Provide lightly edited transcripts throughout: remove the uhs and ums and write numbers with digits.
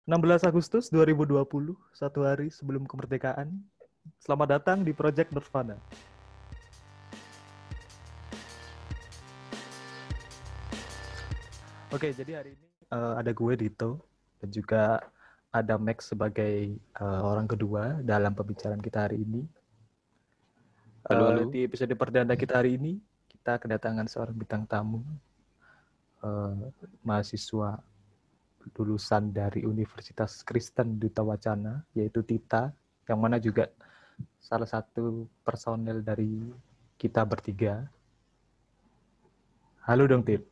16 Agustus 2020, satu hari sebelum kemerdekaan. Selamat datang di Project Nirvana. Oke, jadi hari ini ada gue Dito dan juga ada Max sebagai orang kedua dalam pembicaraan kita hari ini. Halo. Di episode perdana kita hari ini, kita kedatangan seorang bintang tamu, mahasiswa lulusan dari Universitas Kristen Duta Wacana, yaitu Tita, yang mana juga salah satu personel dari kita bertiga. Halo dong, Tit.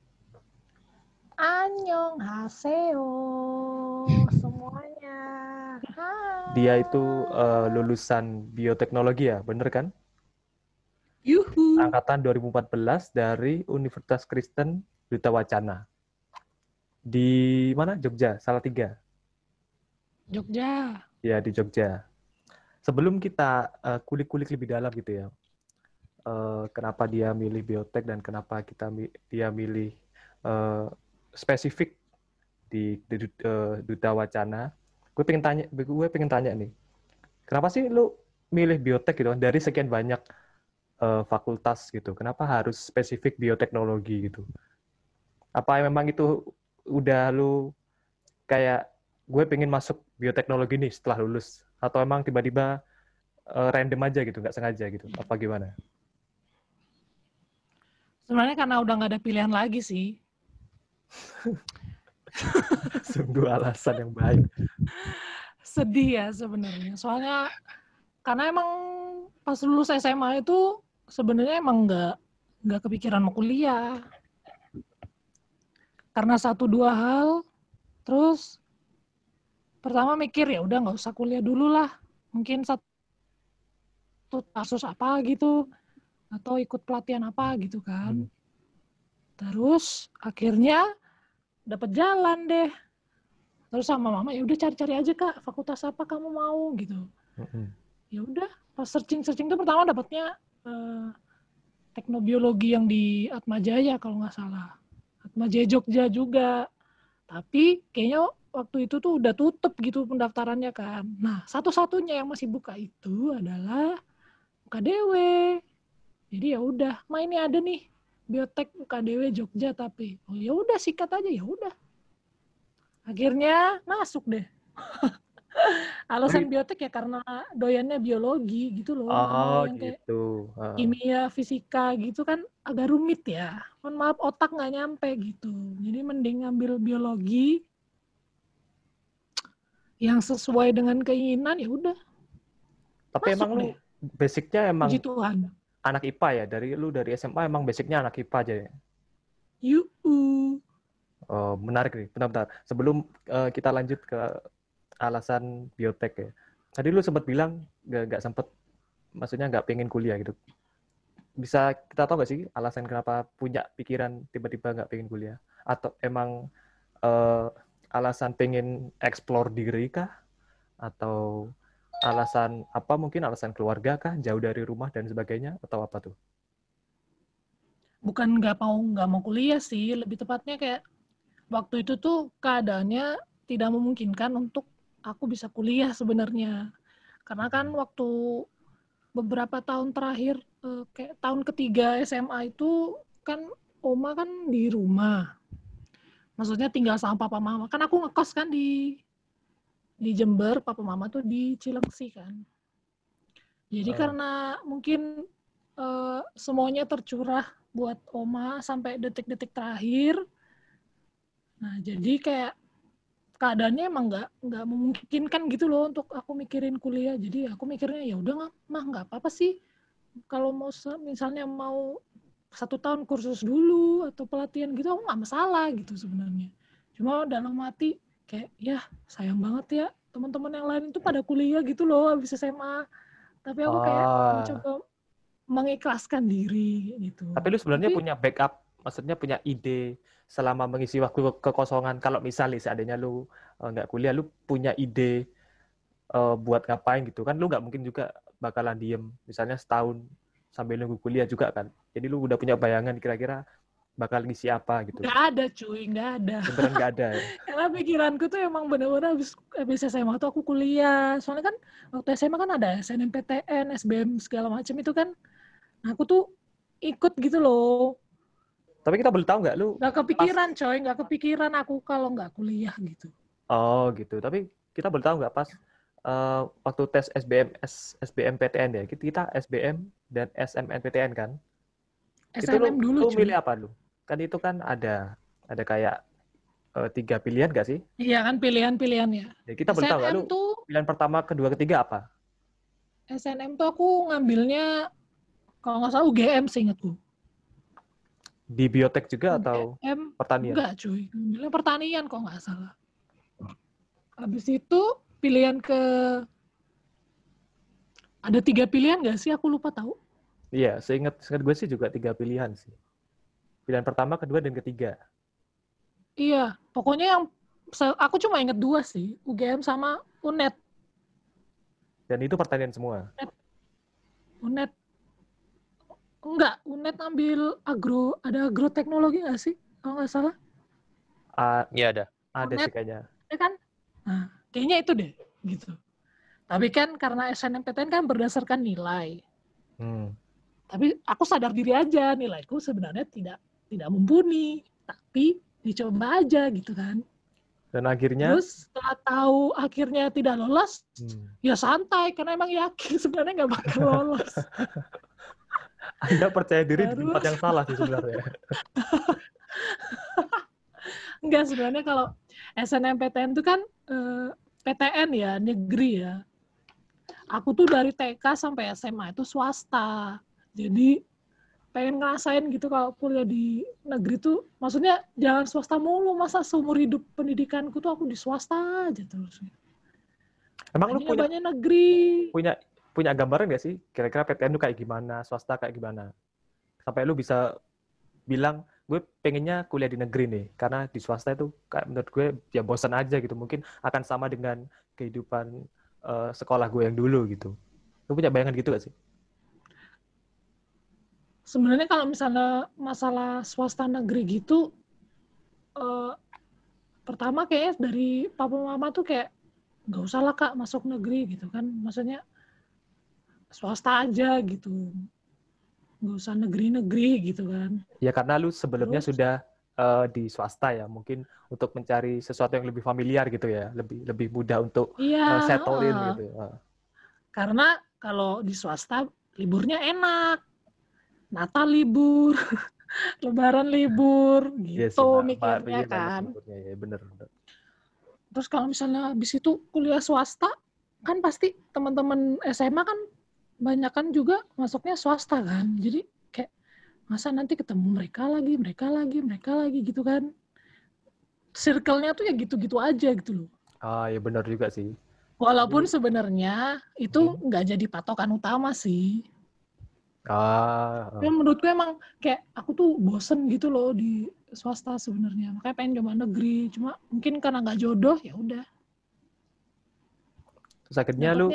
Annyeonghaseyo semuanya. Hai. Dia itu lulusan bioteknologi ya, bener kan? Yuhu. Angkatan 2014 dari Universitas Kristen Duta Wacana. Di mana? Jogja, Salatiga. Jogja. Ya, di Jogja. Sebelum kita kulik-kulik lebih dalam gitu ya, kenapa dia milih biotek dan kenapa dia milih spesifik di Duta Wacana. Gue pengen tanya nih, kenapa sih lu milih biotek gitu dari sekian banyak fakultas gitu? Kenapa harus spesifik bioteknologi gitu? Apa memang itu udah lu kayak gue pengen masuk bioteknologi nih setelah lulus? Atau emang tiba-tiba random aja gitu, nggak sengaja gitu? Apa gimana? Sebenarnya karena udah nggak ada pilihan lagi sih. Sungguh alasan yang baik. Sedih ya sebenarnya. Soalnya karena emang pas lulus SMA itu sebenarnya emang nggak kepikiran mau kuliah. Karena satu dua hal, terus pertama mikir ya udah nggak usah kuliah dulu lah. Mungkin satu kasus apa gitu atau ikut pelatihan apa gitu kan. Terus akhirnya dapat jalan deh. Terus sama mama ya udah cari-cari aja Kak, fakultas apa kamu mau gitu. Ya udah, pas searching tuh pertama dapatnya teknobiologi yang di Atmajaya kalau nggak salah. Atmajaya Jogja juga. Tapi kayaknya waktu itu tuh udah tutup gitu pendaftarannya kan. Nah, satu-satunya yang masih buka itu adalah UKDW. Jadi ya udah, ini ada nih biotek UKDW Jogja tapi oh ya udah sikat aja ya udah. Akhirnya masuk deh. Alasan biotek ya karena doyannya biologi gitu loh. Kalau Oh yang kayak gitu. kimia, fisika gitu kan agak rumit ya. Mohon maaf otak nggak nyampe gitu. Jadi mending ngambil biologi yang sesuai dengan keinginan ya udah. Tapi Masuk emang lu deh. basicnya emang Puji Tuhan. anak IPA ya? Dari SMA emang basicnya anak IPA aja ya? Yuk. Oh, menarik nih. Bentar. Sebelum kita lanjut ke alasan biotek ya. Tadi lu sempat bilang nggak sempet, maksudnya nggak pengen kuliah gitu. Bisa kita tahu nggak sih alasan kenapa punya pikiran tiba-tiba nggak pengen kuliah? Atau emang alasan pengen explore diri kah? Atau alasan apa, mungkin alasan keluarga kah, jauh dari rumah dan sebagainya, atau apa tuh? Bukan nggak mau kuliah sih, lebih tepatnya kayak waktu itu tuh keadaannya tidak memungkinkan untuk aku bisa kuliah sebenarnya. Karena kan waktu beberapa tahun terakhir, kayak tahun ketiga SMA itu kan Oma kan di rumah. Maksudnya tinggal sama papa mama. Kan aku ngekos kan di Jember, papa mama tuh di Cilengsi kan. Jadi karena mungkin semuanya tercurah buat Oma sampai detik-detik terakhir. Nah, jadi kayak keadaannya emang nggak memungkinkan gitu loh untuk aku mikirin kuliah. Jadi aku mikirnya ya udah mah nggak apa-apa sih kalau mau misalnya mau 1 tahun kursus dulu atau pelatihan gitu aku nggak masalah gitu sebenarnya. Cuma dalam hati kayak ya sayang banget ya teman-teman yang lain itu pada kuliah gitu loh habis SMA. Tapi aku kayak mencoba mengikhlaskan diri gitu. Tapi lu sebenarnya punya backup, maksudnya punya ide selama mengisi waktu kekosongan. Kalau misalnya seandainya lu nggak kuliah, lu punya ide buat ngapain gitu kan? Lu nggak mungkin juga bakalan diem, misalnya setahun sambil nunggu kuliah juga kan. Jadi lu udah punya bayangan kira-kira bakal ngisi apa gitu. Nggak ada cuy, nggak ada. Beneran nggak ada ya? Karena pikiranku tuh emang bener-bener habis SMA tuh aku kuliah. Soalnya kan waktu SMA kan ada SNMPTN, SBM segala macam itu kan. Nah, aku tuh ikut gitu loh. Tapi kita boleh tahu nggak lu? Nggak kepikiran coy, nggak kepikiran aku kalau nggak kuliah gitu. Oh gitu. Tapi kita boleh tahu nggak pas waktu tes SBMPTN ya? Kita SBM dan SNMPTN kan? Itu SNM dulu lu cuy. milih apa lu? Kan itu kan ada kayak 3 pilihan nggak sih? Iya kan pilihan-pilihan ya. Ya, kita boleh tahu nggak lu SNM tuh, pilihan pertama, kedua, ketiga apa? SNM tuh aku ngambilnya kalau nggak salah UGM seingatku. Di biotek juga atau UGM pertanian? enggak cuy, ngambilnya pertanian kok nggak salah. Habis itu pilihan ada 3 pilihan nggak sih? Aku lupa tahu. Iya, seingat gue sih juga 3 pilihan sih. Pilihan pertama, kedua, dan ketiga. Iya, pokoknya yang aku cuma ingat 2 sih, UGM sama UNED. Dan itu pertanian semua. UNED enggak, UNED ambil ada agroteknologi nggak sih? Kalau nggak salah. Iya ada. Ada UNED, sih kayaknya. ya kan? Nah, kayaknya itu deh, gitu. Tapi kan karena SNMPTN kan berdasarkan nilai. Tapi aku sadar diri aja, nilaiku sebenarnya tidak mumpuni. Tapi dicoba aja gitu kan. Dan akhirnya? Terus setelah tahu akhirnya tidak lolos, ya santai. Karena emang yakin sebenarnya nggak bakal lolos. Anda percaya diri di tempat yang salah sih sebenarnya. Enggak, sebenarnya kalau SNMPTN itu kan PTN ya, negeri ya. Aku tuh dari TK sampai SMA itu swasta. Jadi pengen ngerasain gitu kalau kuliah di negeri tuh, maksudnya jangan swasta mulu, masa seumur hidup pendidikanku tuh aku di swasta aja terus. Emang lu punya negeri. Punya gambaran nggak sih kira-kira PTN tuh kayak gimana, swasta kayak gimana? Sampai lu bisa bilang, gue pengennya kuliah di negeri nih, karena di swasta itu kayak menurut gue ya bosan aja gitu, mungkin akan sama dengan kehidupan sekolah gue yang dulu gitu. Lu punya bayangan gitu gak sih? Sebenarnya kalau misalnya masalah swasta negeri gitu, pertama kayaknya dari papa mama tuh kayak nggak usah lah Kak masuk negeri gitu kan, maksudnya swasta aja gitu, nggak usah negeri-negeri gitu kan. Ya karena lu sebelumnya Terus, sudah di swasta ya, mungkin untuk mencari sesuatu yang lebih familiar gitu ya, lebih mudah untuk settle in gitu. Karena kalau di swasta liburnya enak, Natal libur, Lebaran libur, gitu mikirnya kan. Ya, bener. Terus kalau misalnya habis itu kuliah swasta, kan pasti teman-teman SMA kan banyak kan juga masuknya swasta kan. Jadi kayak masa nanti ketemu mereka lagi gitu kan. Circle-nya tuh ya gitu-gitu aja gitu loh. Ya benar juga sih. Walaupun sebenarnya itu nggak jadi patokan utama sih. Menurutku emang kayak aku tuh bosen gitu loh di swasta sebenarnya. Makanya pengen coba negeri. Cuma mungkin karena nggak jodoh ya udah. Terus akhirnya lu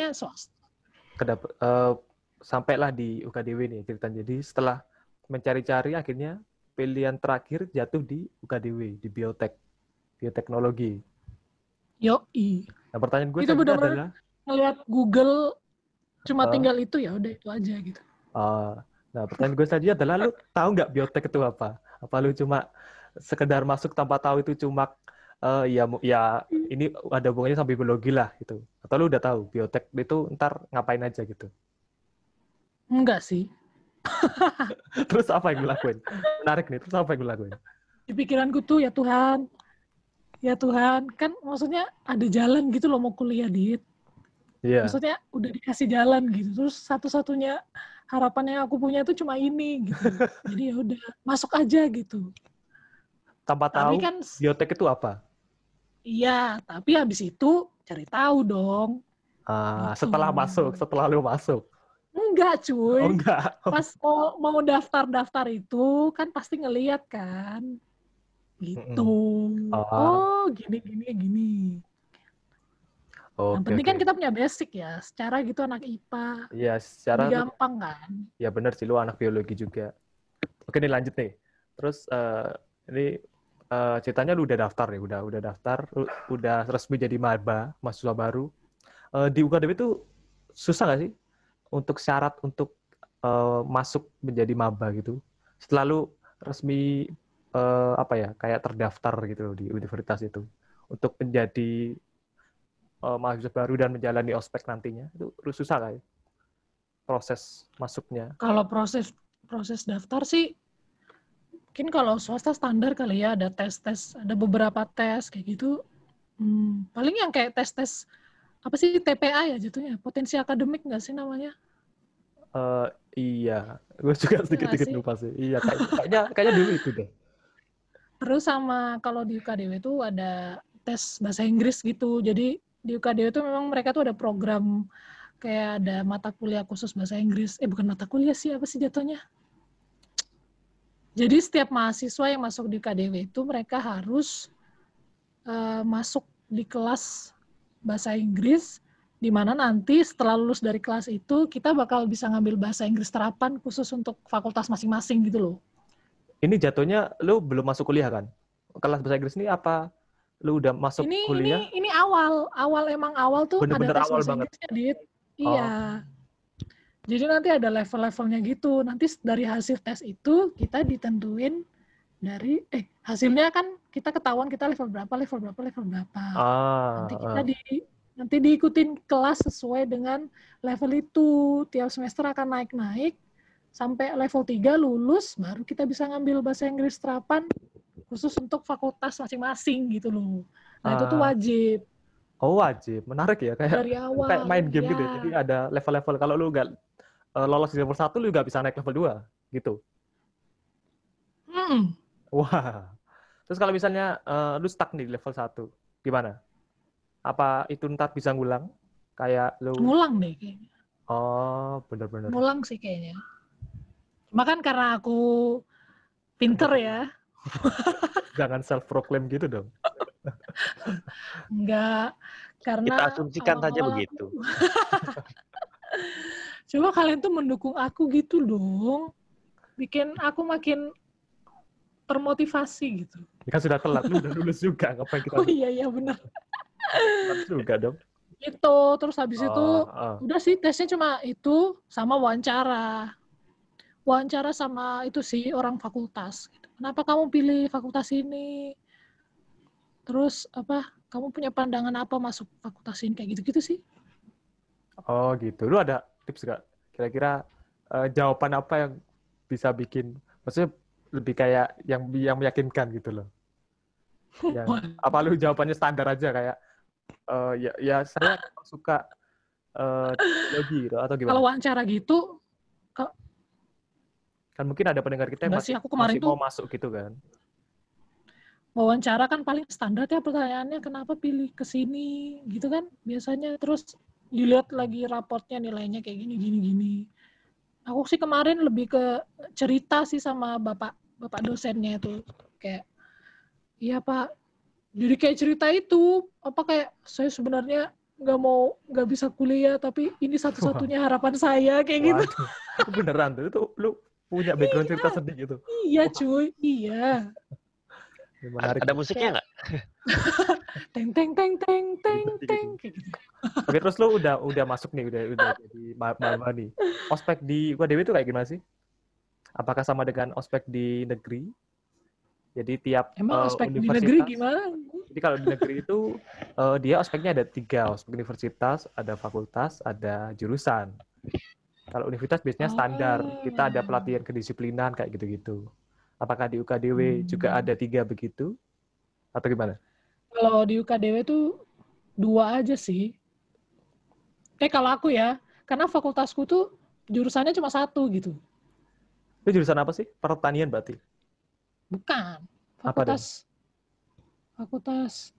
sampailah di UKDW nih ceritanya. Jadi setelah mencari-cari akhirnya pilihan terakhir jatuh di UKDW, di bioteknologi. Yoi. Nah, pertanyaan gue itu benar-benar adalah ngeliat Google cuma tinggal itu ya udah itu aja gitu. Nah, pertanyaan gue selanjutnya adalah lu tahu nggak biotek itu apa? Apa lu cuma sekedar masuk tanpa tahu itu cuma ya ini ada hubungannya sama biologi lah gitu. Atau lu udah tahu biotek itu ntar ngapain aja gitu? Enggak sih. Terus apa yang lu lakuin? Menarik nih, terus apa yang lu lakuin? Di pikiranku tuh ya Tuhan, kan maksudnya ada jalan gitu loh mau kuliah Dit. Yeah. Maksudnya udah dikasih jalan gitu. Terus satu-satunya harapan yang aku punya itu cuma ini gitu. Jadi ya udah masuk aja gitu. Tanpa tahu kan, biotek itu apa? Iya, tapi habis itu cari tahu dong. Gitu. Setelah lu masuk. Enggak cuy. Oh, enggak. Pas mau daftar itu kan pasti ngeliat kan. Gitu. Gini. Yang penting kan kita punya basic ya. Secara gitu anak IPA. Iya, secara lebih gampang kan. Ya benar sih, lu anak biologi juga. Oke nih lanjut nih. Terus ini ceritanya lu udah daftar nih, udah daftar, udah resmi jadi maba, mahasiswa baru. Di UKDW itu susah nggak sih untuk syarat untuk masuk menjadi maba gitu? Setelah lu resmi kayak terdaftar gitu di universitas itu untuk menjadi mahasiswa baru dan menjalani ospek nantinya, itu susah nggak ya proses masuknya? Kalau proses daftar sih mungkin kalau swasta standar kali ya, ada tes-tes, ada beberapa tes kayak gitu. Paling yang kayak tes-tes apa sih, TPA ya jatuhnya, potensi akademik nggak sih namanya? Iya, gue juga sedikit-sedikit sih? lupa sih. Iya, kayaknya dulu itu deh. Terus sama kalau di UKDW itu ada tes bahasa Inggris gitu. Jadi di UKDW itu memang mereka tuh ada program kayak ada mata kuliah khusus bahasa Inggris. Bukan mata kuliah sih, apa sih jatuhnya? Jadi setiap mahasiswa yang masuk di UKDW itu mereka harus masuk di kelas bahasa Inggris, di mana nanti setelah lulus dari kelas itu kita bakal bisa ngambil bahasa Inggris terapan khusus untuk fakultas masing-masing gitu loh. Ini jatuhnya lu belum masuk kuliah kan? Kelas bahasa Inggris ini apa lu udah masuk kuliah? Ini awal tuh Bener-bener ada tes awal bahasa banget. Inggrisnya, Dit. Iya. Jadi nanti ada level-levelnya gitu. Nanti dari hasil tes itu kita ditentuin dari hasilnya kan kita ketahuan kita level berapa. Nanti diikutin kelas sesuai dengan level itu. Tiap semester akan naik-naik sampai level 3 lulus, baru kita bisa ngambil bahasa Inggris terapan khusus untuk fakultas masing-masing gitu loh. Nah, itu tuh wajib. Oh, wajib. Menarik ya, Dari awal. kayak main game ya. gitu ya. Jadi ada level-level. Kalau lu nggak lolos di level 1, lu nggak bisa naik level 2 gitu. Wah. Terus kalau misalnya lu stuck nih di level 1, gimana? Apa itu ntar bisa ngulang? Kayak lu ngulang deh kayaknya. Oh, benar-benar. Ngulang sih kayaknya. Cuma kan karena aku pinter ya. Jangan self-proclaim gitu dong. Enggak, karena kita asumsikan saja begitu. Coba kalian tuh mendukung aku gitu dong. Bikin aku makin termotivasi gitu. Ya kan sudah telat, lu udah lulus juga, ngapain kita? Oh iya benar. Telat juga dong. Itu terus habis itu udah sih tesnya cuma itu sama wawancara. Wawancara sama itu sih orang fakultas gitu. Kenapa kamu pilih fakultas ini? Terus apa? Kamu punya pandangan apa masuk fakultas ini, kayak gitu-gitu sih? Oh gitu. Lu ada tips nggak? Kira-kira jawaban apa yang bisa bikin, maksudnya lebih kayak yang meyakinkan gitu loh. Apa lu jawabannya standar aja kayak ya saya suka teknologi gitu atau gimana? Kalau wawancara gitu, kan mungkin ada pendengar kita yang masih mau masuk gitu kan? Wawancara kan paling standar ya pertanyaannya, kenapa pilih ke sini gitu kan biasanya. Terus dilihat lagi raportnya nilainya kayak gini. Aku sih kemarin lebih ke cerita sih sama bapak dosennya itu, kayak iya Pak, jadi kayak cerita itu apa, kayak saya sebenarnya nggak bisa kuliah tapi ini satu-satunya harapan saya kayak gitu. Itu beneran tuh, itu lu punya background cerita sedih gitu? Iya cuy, iya. Menarik. Ada musiknya nggak? Teng teng teng teng teng teng kayak gitu. Oke, terus lu udah masuk nih, udah jadi maba nih. Ospek di UKDW itu kayak gimana sih? Apakah sama dengan ospek di negeri? Jadi tiap ospek universitas. di negeri gimana? Jadi kalau di negeri itu dia ospeknya ada 3, ospek universitas, ada fakultas, ada jurusan. Kalau universitas biasanya standar, kita ada pelatihan kedisiplinan kayak gitu-gitu. Apakah di UKDW juga ada 3 begitu? Atau gimana? Kalau di UKDW tuh 2 aja sih. Kalau aku ya, karena fakultasku tuh jurusannya cuma 1 gitu. Itu jurusan apa sih? Pertanian berarti? Bukan. Fakultas.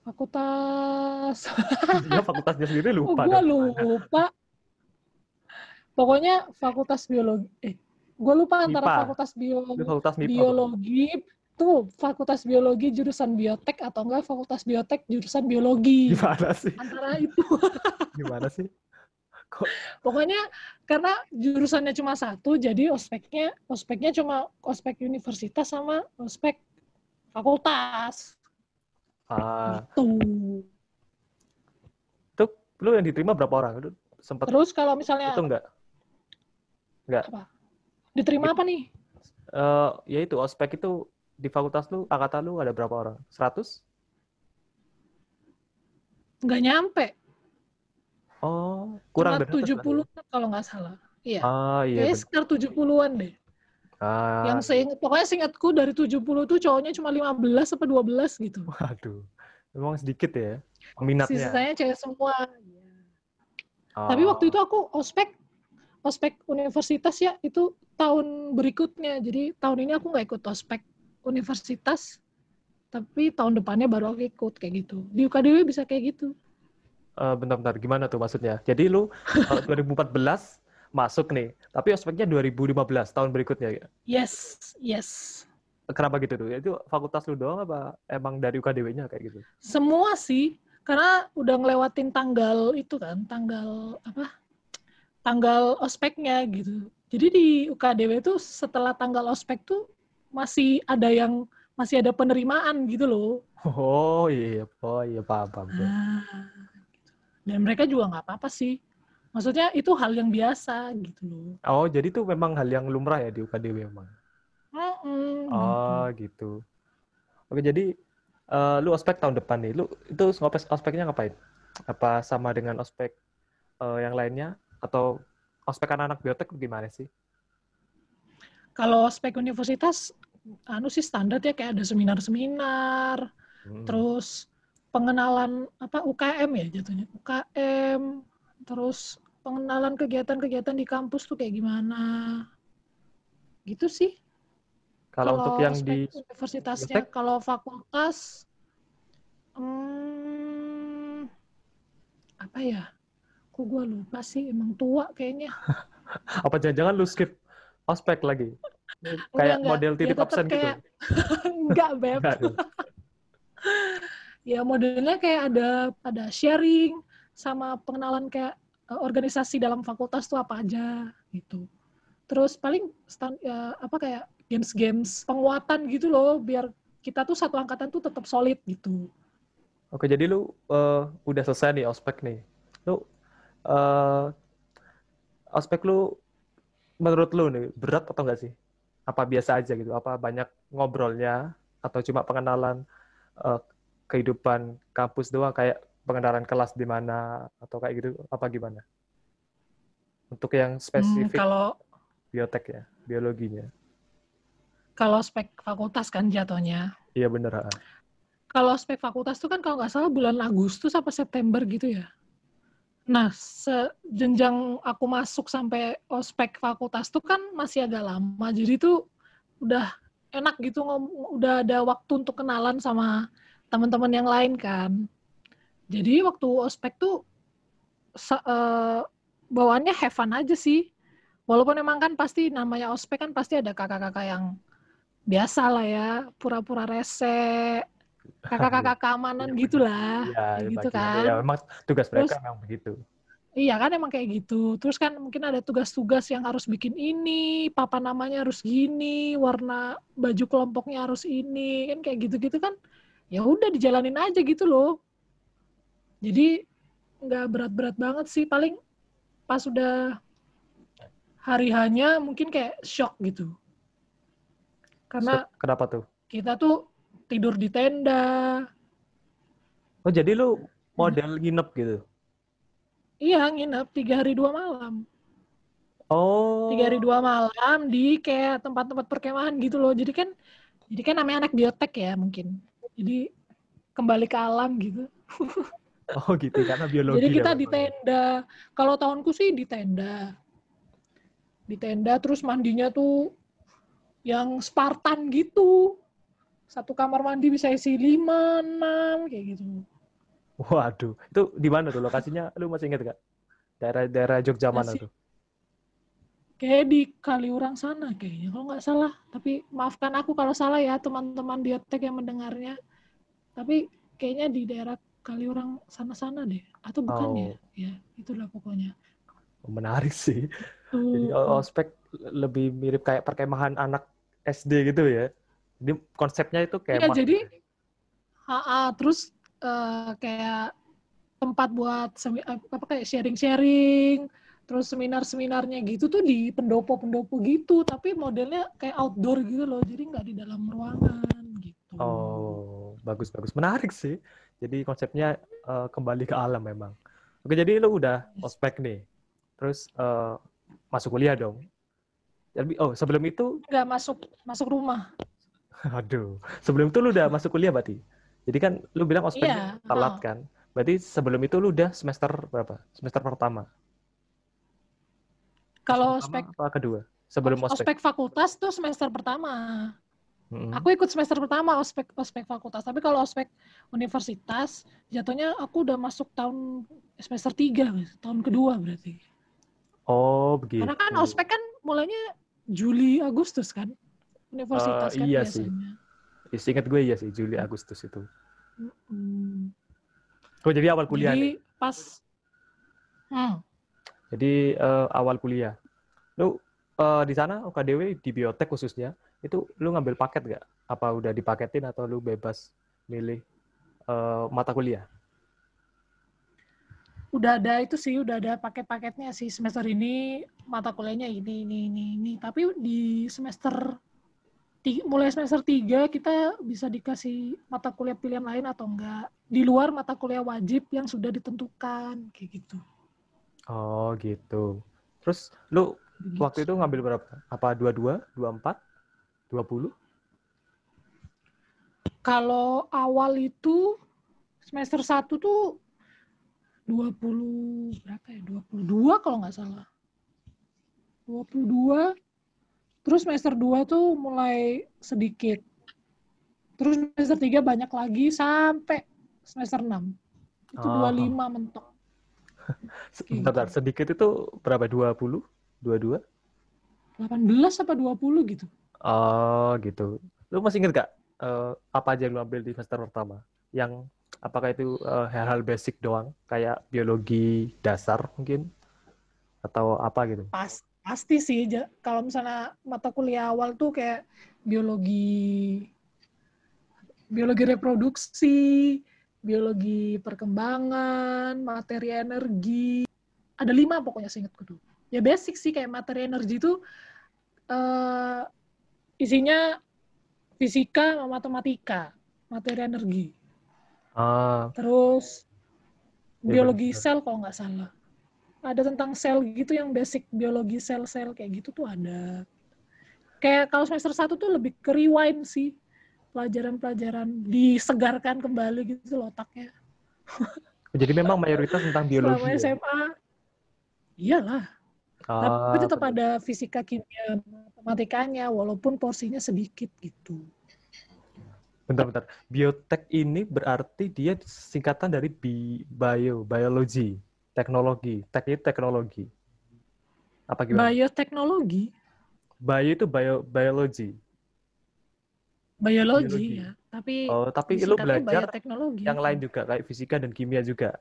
Dia fakultasnya sendiri lupa. Gue lupa. Pokoknya fakultas biologi. Gue lupa antara fakultas biologi tuh, fakultas biologi jurusan biotek atau enggak fakultas biotek jurusan biologi. Gimana sih? Antara itu. Gimana sih? Pokoknya karena jurusannya cuma satu, jadi ospeknya cuma ospek universitas sama ospek fakultas. Ah, Gitu. itu lu yang diterima berapa orang? Lu sempet Terus kalau misalnya itu enggak? Enggak. apa? Diterima apa nih? Ya itu ospek itu di fakultas lu, angkatan lu ada berapa orang? 100? Nggak nyampe. Oh, Cuma kurang dari 100 lah. 70 kalau nggak salah. Iya. Ah, iya Kayaknya benar. sekitar 70-an deh. Ah, Yang pokoknya seingatku dari 70 tuh cowoknya cuma 15 apa 12 gitu. waduh. Memang sedikit ya peminatnya. Sisanya cewek semua. Tapi Oh, waktu itu aku ospek universitas ya, itu tahun berikutnya. Jadi tahun ini aku nggak ikut ospek universitas, tapi tahun depannya baru aku ikut kayak gitu. Di UKDW bisa kayak gitu. bentar-bentar, gimana tuh maksudnya? Jadi lu 2014 masuk nih, tapi ospeknya 2015 tahun berikutnya ya? Yes. Kenapa gitu tuh? Itu fakultas lu doang apa emang dari UKDW-nya kayak gitu? Semua sih, karena udah ngelewatin tanggal itu kan, tanggal ospeknya gitu. Jadi di UKDW tuh setelah tanggal ospek tuh masih ada penerimaan gitu loh. Oh iya, paham. Nah, dan mereka juga nggak apa-apa sih. Maksudnya itu hal yang biasa gitu loh. Oh, jadi itu memang hal yang lumrah ya di UKDW memang. Gitu. Oh, gitu. Oke, jadi lu ospek tahun depan nih. Lu itu ospeknya ngapain? Apa sama dengan ospek yang lainnya atau ospek anak-anak biotek gimana sih? Kalau ospek universitas, sih standar ya, kayak ada seminar-seminar, terus pengenalan UKM ya jatuhnya, UKM, terus pengenalan kegiatan-kegiatan di kampus tuh kayak gimana, gitu sih. Kalau untuk yang ospek di universitasnya, biotek, kalau fakultas, apa ya? Kok gue lupa sih, emang tua kayaknya. apa jangan-jangan lu skip ospek lagi? Kayak Enggak. model Ya titip tetap absen gitu. kayak, enggak, Beb. Enggak dong. Ya modelnya kayak ada sharing sama pengenalan kayak organisasi dalam fakultas tuh apa aja gitu. Terus paling kayak games-games penguatan gitu loh, biar kita tuh satu angkatan tuh tetap solid gitu. Oke, jadi lu udah selesai nih ospek nih. Lu ospek lu menurut lu nih berat atau enggak sih? Apa biasa aja gitu? Apa banyak ngobrolnya atau cuma pengenalan uh, kehidupan kampus doang kayak pengenalan kelas di mana atau kayak gitu apa gimana? Untuk yang spesifik Kalau biotek ya, biologinya. kalau spek fakultas kan jatuhnya. Iya bener. Kalau spek fakultas tuh kan kalau nggak salah bulan Agustus apa September gitu ya. Nah, sejenjang aku masuk sampai ospek fakultas tuh kan masih agak lama. Jadi tuh udah enak gitu, udah ada waktu untuk kenalan sama teman-teman yang lain kan. Jadi waktu ospek tuh bawaannya have fun aja sih. Walaupun emang kan pasti namanya ospek kan pasti ada kakak-kakak yang biasa lah ya, pura-pura rese, kakak-kakak keamanan Iya, gitulah, iya, kayak gitu bagian. kan. Ya memang tugas Terus mereka memang begitu. iya kan emang kayak gitu. Terus kan mungkin ada tugas-tugas yang harus bikin ini, papan namanya harus gini, warna baju kelompoknya harus ini, kan kayak gitu-gitu kan. Ya udah dijalanin aja gitu loh. Jadi nggak berat-berat banget sih. Paling pas udah hari hanya mungkin kayak shock gitu. Karena Kenapa tuh? kita tuh tidur di tenda. Oh, jadi lu model nginep gitu? Iya, nginep 3 hari 2 malam. Oh. 3 hari 2 malam di kayak tempat-tempat perkemahan gitu loh. Jadi kan namanya anak biotek ya mungkin. Jadi kembali ke alam gitu. Oh gitu, karena biologi Jadi ya kita di memang. tenda. Kalau tahunku sih di tenda. Di tenda terus mandinya tuh yang Spartan gitu. Satu kamar mandi bisa isi 5, 6 kayak gitu. Waduh, itu di mana tuh lokasinya? Lu masih ingat gak? Daerah Jogja mana tuh? Kayak di Kaliurang sana kayaknya, kalau nggak salah. Tapi maafkan aku kalau salah ya teman-teman biotek yang mendengarnya. Tapi kayaknya di daerah Kaliurang sana-sana deh. Atau bukan ya? Ya, itulah pokoknya. Menarik sih. Jadi Tuh. ospek lebih mirip kayak perkemahan anak SD gitu ya. Jadi konsepnya itu Iya, kemah. jadi terus kayak tempat buat apa kayak sharing-sharing, terus seminar-seminarnya gitu tuh di pendopo-pendopo gitu, tapi modelnya kayak outdoor gitu loh, jadi nggak di dalam ruangan gitu. Oh, bagus-bagus. Menarik sih. Jadi konsepnya kembali ke alam memang. Oke, jadi lu udah ospek nih. Terus masuk kuliah dong. Jadi, sebelum itu, Nggak masuk rumah. aduh, sebelum itu lu udah masuk kuliah berarti. Jadi kan lu bilang ospeknya Iya. telat kan. Berarti sebelum itu lu udah semester berapa? Semester pertama. Semester Kalau pertama apa kedua? Sebelum ospek. ospek fakultas tuh semester pertama. Mm-mm. Aku ikut semester pertama ospek fakultas, tapi kalau ospek universitas jatuhnya aku udah masuk tahun semester 3, tahun kedua berarti. Oh, Karena kan begitu. ospek kan mulainya Juli Agustus kan, universitas kan Iya sih. biasanya. Seingat gue iya sih, Juli Agustus itu. Hmm. Oh, jadi awal kuliah nih. Jadi pas Jadi awal kuliah. Lu di sana UKDW di biotek khususnya, itu lu ngambil paket nggak? Apa udah dipaketin atau lu bebas milih mata kuliah? udah ada itu sih, udah ada paket-paketnya sih, semester ini mata kuliahnya ini. Tapi di mulai semester 3 kita bisa dikasih mata kuliah pilihan lain atau enggak. Di luar mata kuliah wajib yang sudah ditentukan, kayak gitu. Oh, gitu. Terus lu waktu Begitu. itu ngambil berapa? Apa 22, 24, 20? Kalau awal itu semester 1 tuh 20 berapa ya? 22 kalau nggak salah. 22. Terus semester 2 tuh mulai sedikit. Terus semester 3 banyak lagi sampai semester 6. Itu 25 mentok. Bentar, Gitu. sedikit itu berapa? 20? 22? 18 apa 20 gitu. Oh, gitu. Lu masih inget gak apa aja yang lu ambil di semester pertama? Yang apakah itu hal-hal basic doang, kayak biologi dasar mungkin? Atau apa gitu? Pasti sih, kalau misalnya mata kuliah awal tuh kayak biologi reproduksi, biologi perkembangan, materi energi. Ada 5 pokoknya seingatku tuh. Ya basic sih, kayak materi energi itu isinya fisika sama matematika, materi energi. Terus Ya biologi benar. sel kalau nggak salah. Ada tentang sel gitu yang basic biologi sel-sel kayak gitu tuh ada. Kayak kalau semester 1 tuh lebih ke rewind sih. Pelajaran-pelajaran disegarkan kembali gitu loh otaknya. Jadi memang mayoritas tentang Selama biologi ya? SMA, iyalah. Tapi tetap Benar. ada fisika, kimia, matematikanya, walaupun porsinya sedikit gitu. Bentar. Biotek ini berarti dia singkatan dari biologi, teknologi. Tek itu teknologi. Apa gimana? Bioteknologi, Bio itu biologi. biologi Biologi. ya. Tapi Oh, tapi lu disingkatnya belajar bioteknologi. yang lain juga, kayak fisika dan kimia juga.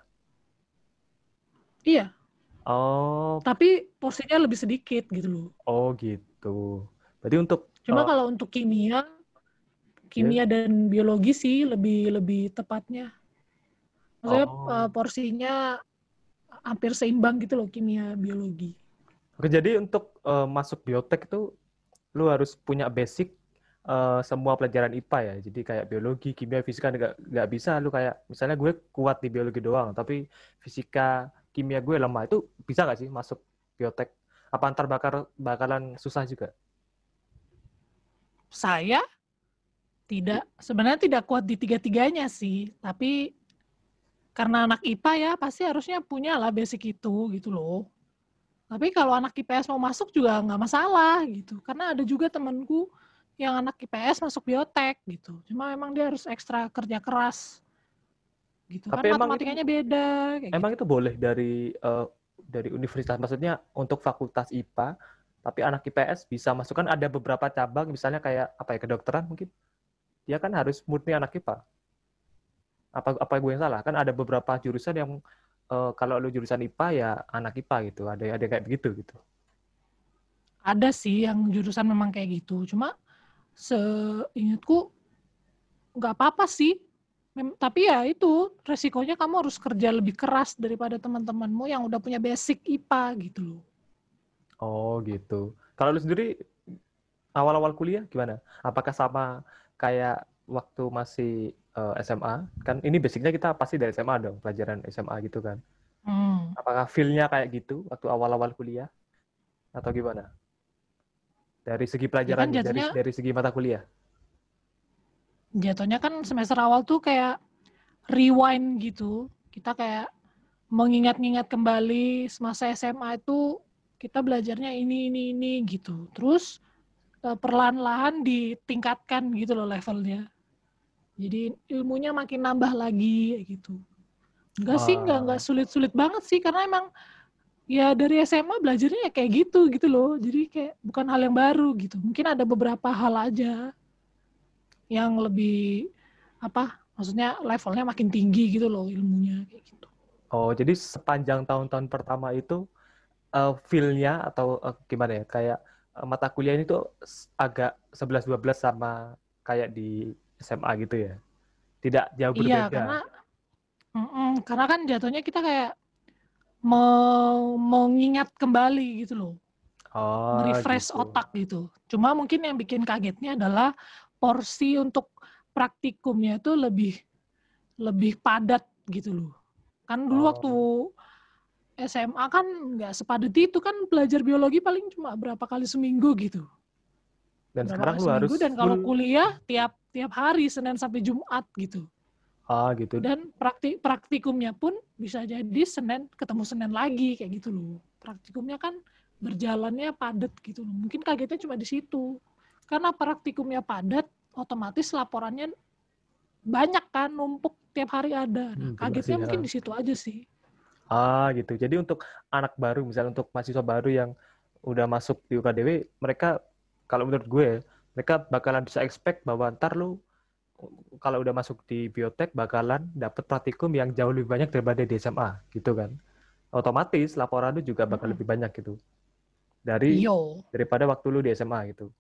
Iya, Oh, tapi porsinya lebih sedikit gitu loh. gitu. Berarti untuk Cuma kalau untuk ya, kimia dan biologi sih lebih tepatnya. Maksudnya oh. porsinya hampir seimbang gitu loh, kimia biologi. Oke, jadi untuk masuk biotek itu lu harus punya basic semua pelajaran IPA ya. Jadi kayak biologi, kimia, fisika nggak bisa lu kayak misalnya gue kuat di biologi doang, tapi fisika, kimia gue lemah. Itu bisa nggak sih masuk biotek? Apa antar bakalan susah juga? Saya sebenarnya tidak kuat di tiga-tiganya sih, tapi karena anak IPA ya pasti harusnya punya lah basic itu gitu loh. Tapi kalau anak IPS mau masuk juga nggak masalah gitu, karena ada juga temanku yang anak IPS masuk biotek gitu. Cuma memang dia harus ekstra kerja keras gitu kan, Tapi matematikanya beda kayak gitu. itu boleh dari universitas, maksudnya untuk fakultas IPA, tapi anak IPS bisa masuk, kan ada beberapa cabang, misalnya kayak apa ya, kedokteran mungkin, dia kan harus murni anak IPA. Apa gue yang salah? Kan ada beberapa jurusan yang kalau lu jurusan IPA ya anak IPA gitu. Ada kayak begitu gitu. Ada sih yang jurusan memang kayak gitu. Cuma seingatku nggak apa-apa sih. Tapi ya itu resikonya kamu harus kerja lebih keras daripada teman-temanmu yang udah punya basic IPA gitu loh. Oh gitu. Kalau lu sendiri awal-awal kuliah gimana? Apakah sama kayak waktu masih SMA? Kan ini basicnya kita pasti dari SMA dong, pelajaran SMA gitu kan. Apakah feel-nya kayak gitu waktu awal-awal kuliah? Atau gimana? Dari segi Ya kan pelajarannya, dari segi mata kuliah? jatuhnya kan semester awal tuh kayak rewind gitu. Kita kayak mengingat-ingat kembali semasa SMA itu kita belajarnya ini gitu. Terus perlahan-lahan ditingkatkan gitu loh levelnya. Jadi ilmunya makin nambah lagi gitu. Enggak sih, enggak sulit-sulit banget sih karena emang ya dari SMA belajarnya ya kayak gitu loh. Jadi kayak bukan hal yang baru gitu. Mungkin ada beberapa hal aja yang lebih maksudnya levelnya makin tinggi gitu loh ilmunya kayak gitu. Oh, jadi sepanjang tahun-tahun pertama itu feel-nya atau gimana ya? Kayak mata kuliah ini tuh agak 11-12 sama kayak di SMA gitu ya. Tidak jauh Iya, berbeda. karena kan jatuhnya kita kayak mengingat kembali gitu loh. Oh, Nge-refresh gitu. otak gitu. Cuma mungkin yang bikin kagetnya adalah porsi untuk praktikumnya itu lebih padat gitu loh. Kan dulu waktu SMA kan nggak sepadat itu kan belajar biologi paling cuma berapa kali seminggu gitu. Dan Berapa sekarang kali lu harus seminggu dan kalau full. kuliah tiap hari Senin sampai Jumat gitu. Gitu. Dan praktikumnya pun bisa jadi Senin ketemu Senin lagi kayak gitu loh. Praktikumnya kan berjalannya padat gitu loh. Mungkin kagetnya cuma di situ. Karena praktikumnya padat, otomatis laporannya banyak kan, numpuk tiap hari ada. Nah, Juga sih kagetnya ya. mungkin di situ aja sih. Gitu. Jadi untuk anak baru, misalnya untuk mahasiswa baru yang udah masuk di UKDW, mereka kalau menurut gue, mereka bakalan bisa expect bahwa ntar lu kalau udah masuk di biotek bakalan dapet praktikum yang jauh lebih banyak daripada di SMA, gitu kan. Otomatis laporan lu juga bakal lebih banyak gitu. Daripada waktu lu di SMA gitu.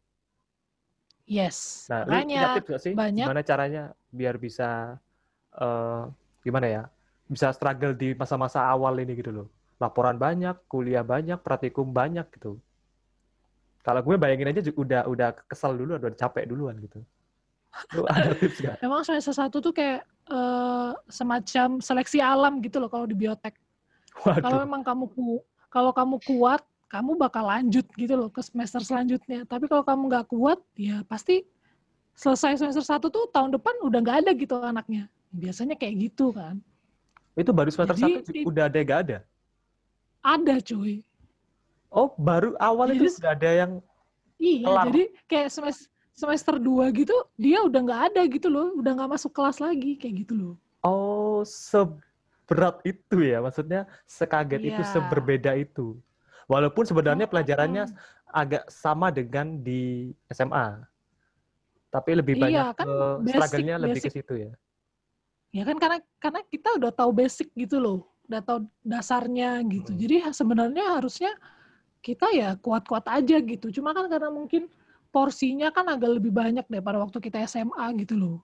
Yes, Nah, lu punya makanya tips nggak sih? banyak. Gimana caranya biar bisa gimana ya? Bisa struggle di masa-masa awal ini gitu loh. Laporan banyak, kuliah banyak, praktikum banyak gitu. Kalau gue bayangin aja udah kesel dulu, udah capek duluan gitu. Lu ada tips nggak? Memang semester 1 tuh kayak semacam seleksi alam gitu loh kalau di biotek. Kalau Waduh. memang kalau kamu kuat, kamu bakal lanjut gitu loh ke semester selanjutnya. Tapi kalau kamu nggak kuat, ya pasti selesai semester 1 tuh tahun depan udah nggak ada gitu anaknya. Biasanya kayak gitu kan. Itu baru semester Jadi 1 udah ada gak ada? ada cuy. Oh, baru awal itu Jadi udah ada yang iya, kelar. jadi kayak semester 2 gitu dia udah nggak ada gitu loh, udah nggak masuk kelas lagi kayak gitu loh. Oh, seberat itu ya. Maksudnya sekaget itu, Iya. seberbeda itu. Walaupun sebenarnya pelajarannya agak sama dengan di SMA. Tapi lebih banyak Iya kan struggle-nya lebih ke basic. situ ya. Ya kan karena kita udah tahu basic gitu loh, udah tahu dasarnya gitu. Jadi sebenarnya harusnya kita ya kuat-kuat aja gitu. Cuma kan karena mungkin porsinya kan agak lebih banyak daripada waktu kita SMA gitu loh.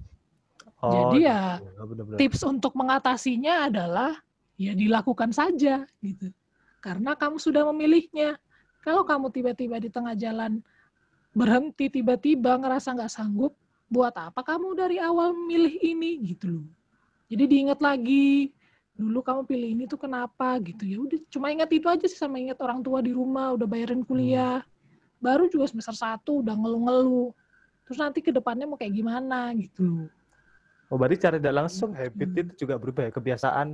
Jadi ya gitu. Benar-benar. tips untuk mengatasinya adalah ya dilakukan saja gitu. Karena kamu sudah memilihnya. Kalau kamu tiba-tiba di tengah jalan berhenti tiba-tiba ngerasa nggak sanggup, buat apa kamu dari awal milih ini gitu loh. Jadi diingat lagi, dulu kamu pilih ini tuh kenapa gitu ya. Udah cuma ingat itu aja sih sama ingat orang tua di rumah udah bayarin kuliah. Baru juga semester 1 udah ngeluh-ngeluh. Terus nanti ke depannya mau kayak gimana gitu loh. Oh, berarti cara tidak langsung habit itu juga berubah ya. Kebiasaan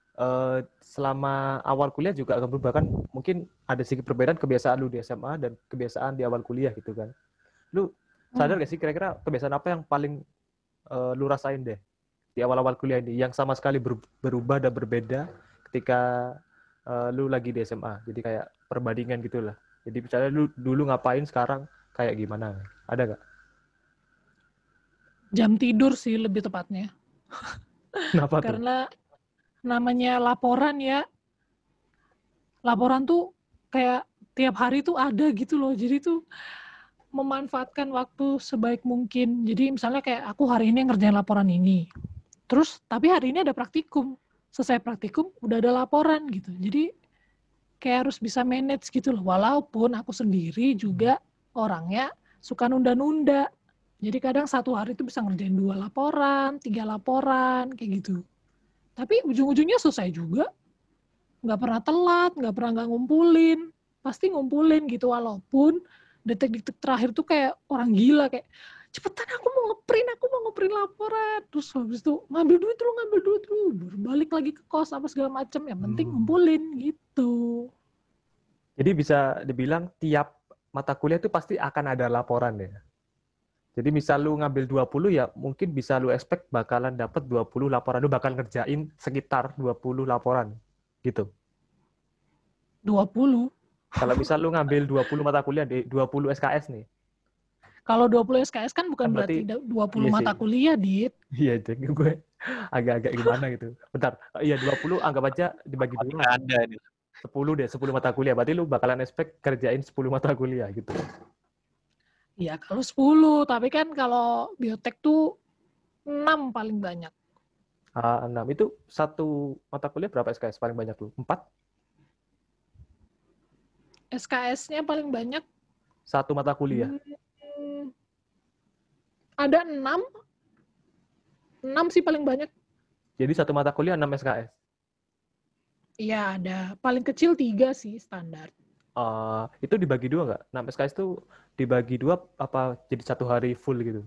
selama awal kuliah juga akan berubah kan. Mungkin ada sedikit perbedaan kebiasaan lu di SMA dan kebiasaan di awal kuliah gitu kan. Lu sadar gak sih kira-kira kebiasaan apa yang paling lu rasain deh di awal-awal kuliah ini yang sama sekali berubah dan berbeda ketika lu lagi di SMA. Jadi kayak perbandingan gitulah. Jadi misalnya lu dulu ngapain, sekarang kayak gimana? Ada nggak? Jam tidur sih lebih tepatnya. Kenapa tuh? Karena namanya laporan ya. Laporan tuh kayak tiap hari tuh ada gitu loh. Jadi tuh memanfaatkan waktu sebaik mungkin. Jadi misalnya kayak aku hari ini ngerjain laporan ini. Terus tapi hari ini ada praktikum. Selesai praktikum udah ada laporan gitu. Jadi kayak harus bisa manage gitu loh. Walaupun aku sendiri juga orangnya suka nunda-nunda. Jadi kadang satu hari itu bisa ngerjain 2 laporan, 3 laporan, kayak gitu. Tapi ujung-ujungnya selesai juga. Nggak pernah telat, nggak pernah nggak ngumpulin. Pasti ngumpulin gitu. Walaupun detik-detik terakhir tuh kayak orang gila. Kayak, cepetan aku mau ngeprint laporan. Terus habis itu ngambil duit dulu. Baru balik lagi ke kos apa segala macem. Yang penting ngumpulin gitu. Jadi bisa dibilang tiap mata kuliah itu pasti akan ada laporan ya. Jadi misal lu ngambil 20 ya mungkin bisa lu expect bakalan dapat 20 laporan. Lu bakal ngerjain sekitar 20 laporan gitu. 20. Kalau misal lu ngambil 20 mata kuliah di 20 SKS nih. Kalau 20 SKS kan bukan Kan berarti berarti 20 iya mata sih. kuliah, Dit. Iya, jadi gue agak-agak gimana gitu. Bentar. Iya 20 anggap aja dibagi dua. Nggak ada nih. 10 mata kuliah. Berarti lu bakalan expect kerjain 10 mata kuliah gitu. Ya kalau 10, tapi kan kalau biotek tuh 6 paling banyak. 6 itu satu mata kuliah berapa SKS paling banyak lu? 4? SKS-nya paling banyak Satu mata kuliah. Ada 6. 6 sih paling banyak. Jadi satu mata kuliah 6 SKS. Iya ada. Paling kecil 3 sih standar. Itu dibagi dua nggak? 6 SKS itu dibagi dua apa jadi satu hari full gitu?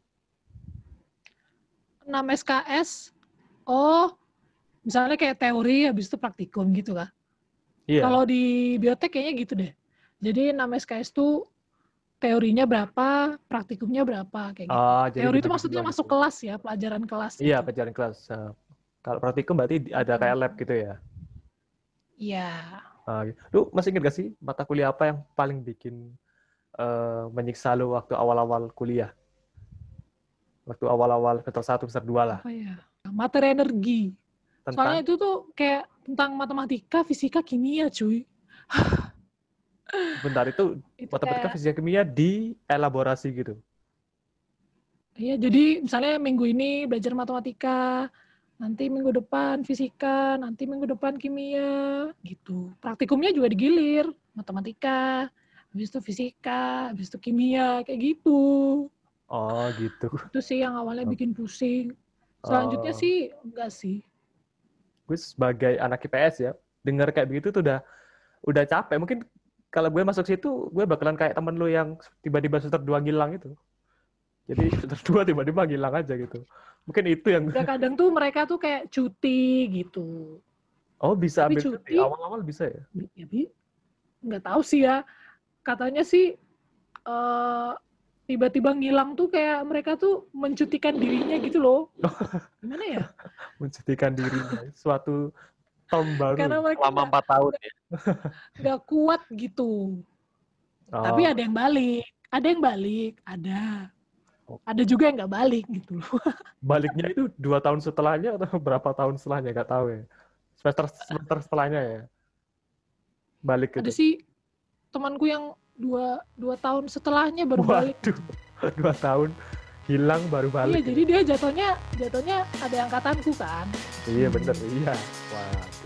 6 SKS, misalnya kayak teori habis itu praktikum gitu kan. Iya. Kalau di biotek kayaknya gitu deh. Jadi 6 SKS tuh teorinya berapa, praktikumnya berapa, kayak gitu. Jadi Teori itu dibagi maksudnya dua masuk gitu. kelas ya, pelajaran kelas gitu. Iya, pelajaran kelas. Kalau praktikum berarti ada kayak lab gitu ya? Iya. Lu masih ingat gak sih mata kuliah apa yang paling bikin menyiksa lu waktu awal-awal kuliah? Waktu awal-awal semester 1, semester 2 lah. Apa ya? Materi energi. Soalnya Tentang? itu tuh kayak tentang matematika, fisika, kimia, cuy. Bentar, itu matematika, Kayak, fisika, kimia dielaborasi gitu? iya, jadi misalnya minggu ini belajar matematika, nanti minggu depan fisika, nanti minggu depan kimia, gitu. Praktikumnya juga digilir, matematika, habis itu fisika, habis itu kimia, kayak gitu. Oh, gitu. Itu sih yang awalnya bikin pusing. Selanjutnya sih, enggak sih. Gue sebagai anak IPS ya, dengar kayak begitu tuh udah capek. Mungkin kalau gue masuk situ, gue bakalan kayak temen lu yang tiba-tiba semester 2 ngilang itu. Jadi semester 2 tiba-tiba ngilang aja gitu. Mungkin itu yang... Ya kadang tuh mereka tuh kayak cuti gitu. Oh, bisa Tapi ambil cuti? Awal-awal bisa ya? Ya, nggak tahu sih ya. Katanya sih tiba-tiba ngilang tuh kayak mereka tuh mencutikan dirinya gitu loh. Gimana ya? Mencutikan dirinya. Suatu term baru. Karena mereka Selama 4 tahun ya. nggak kuat gitu. Tapi ada yang balik. Ada juga yang nggak balik gitu loh. Baliknya itu 2 tahun setelahnya atau berapa tahun setelahnya? Nggak tahu ya. Semester setelahnya ya? Balik gitu. Ada sih temanku yang 2 tahun setelahnya baru balik. Waduh, 2 tahun hilang baru balik. Iya, jadi dia jatuhnya ada angkatanku kan. Iya bener, iya. Wah.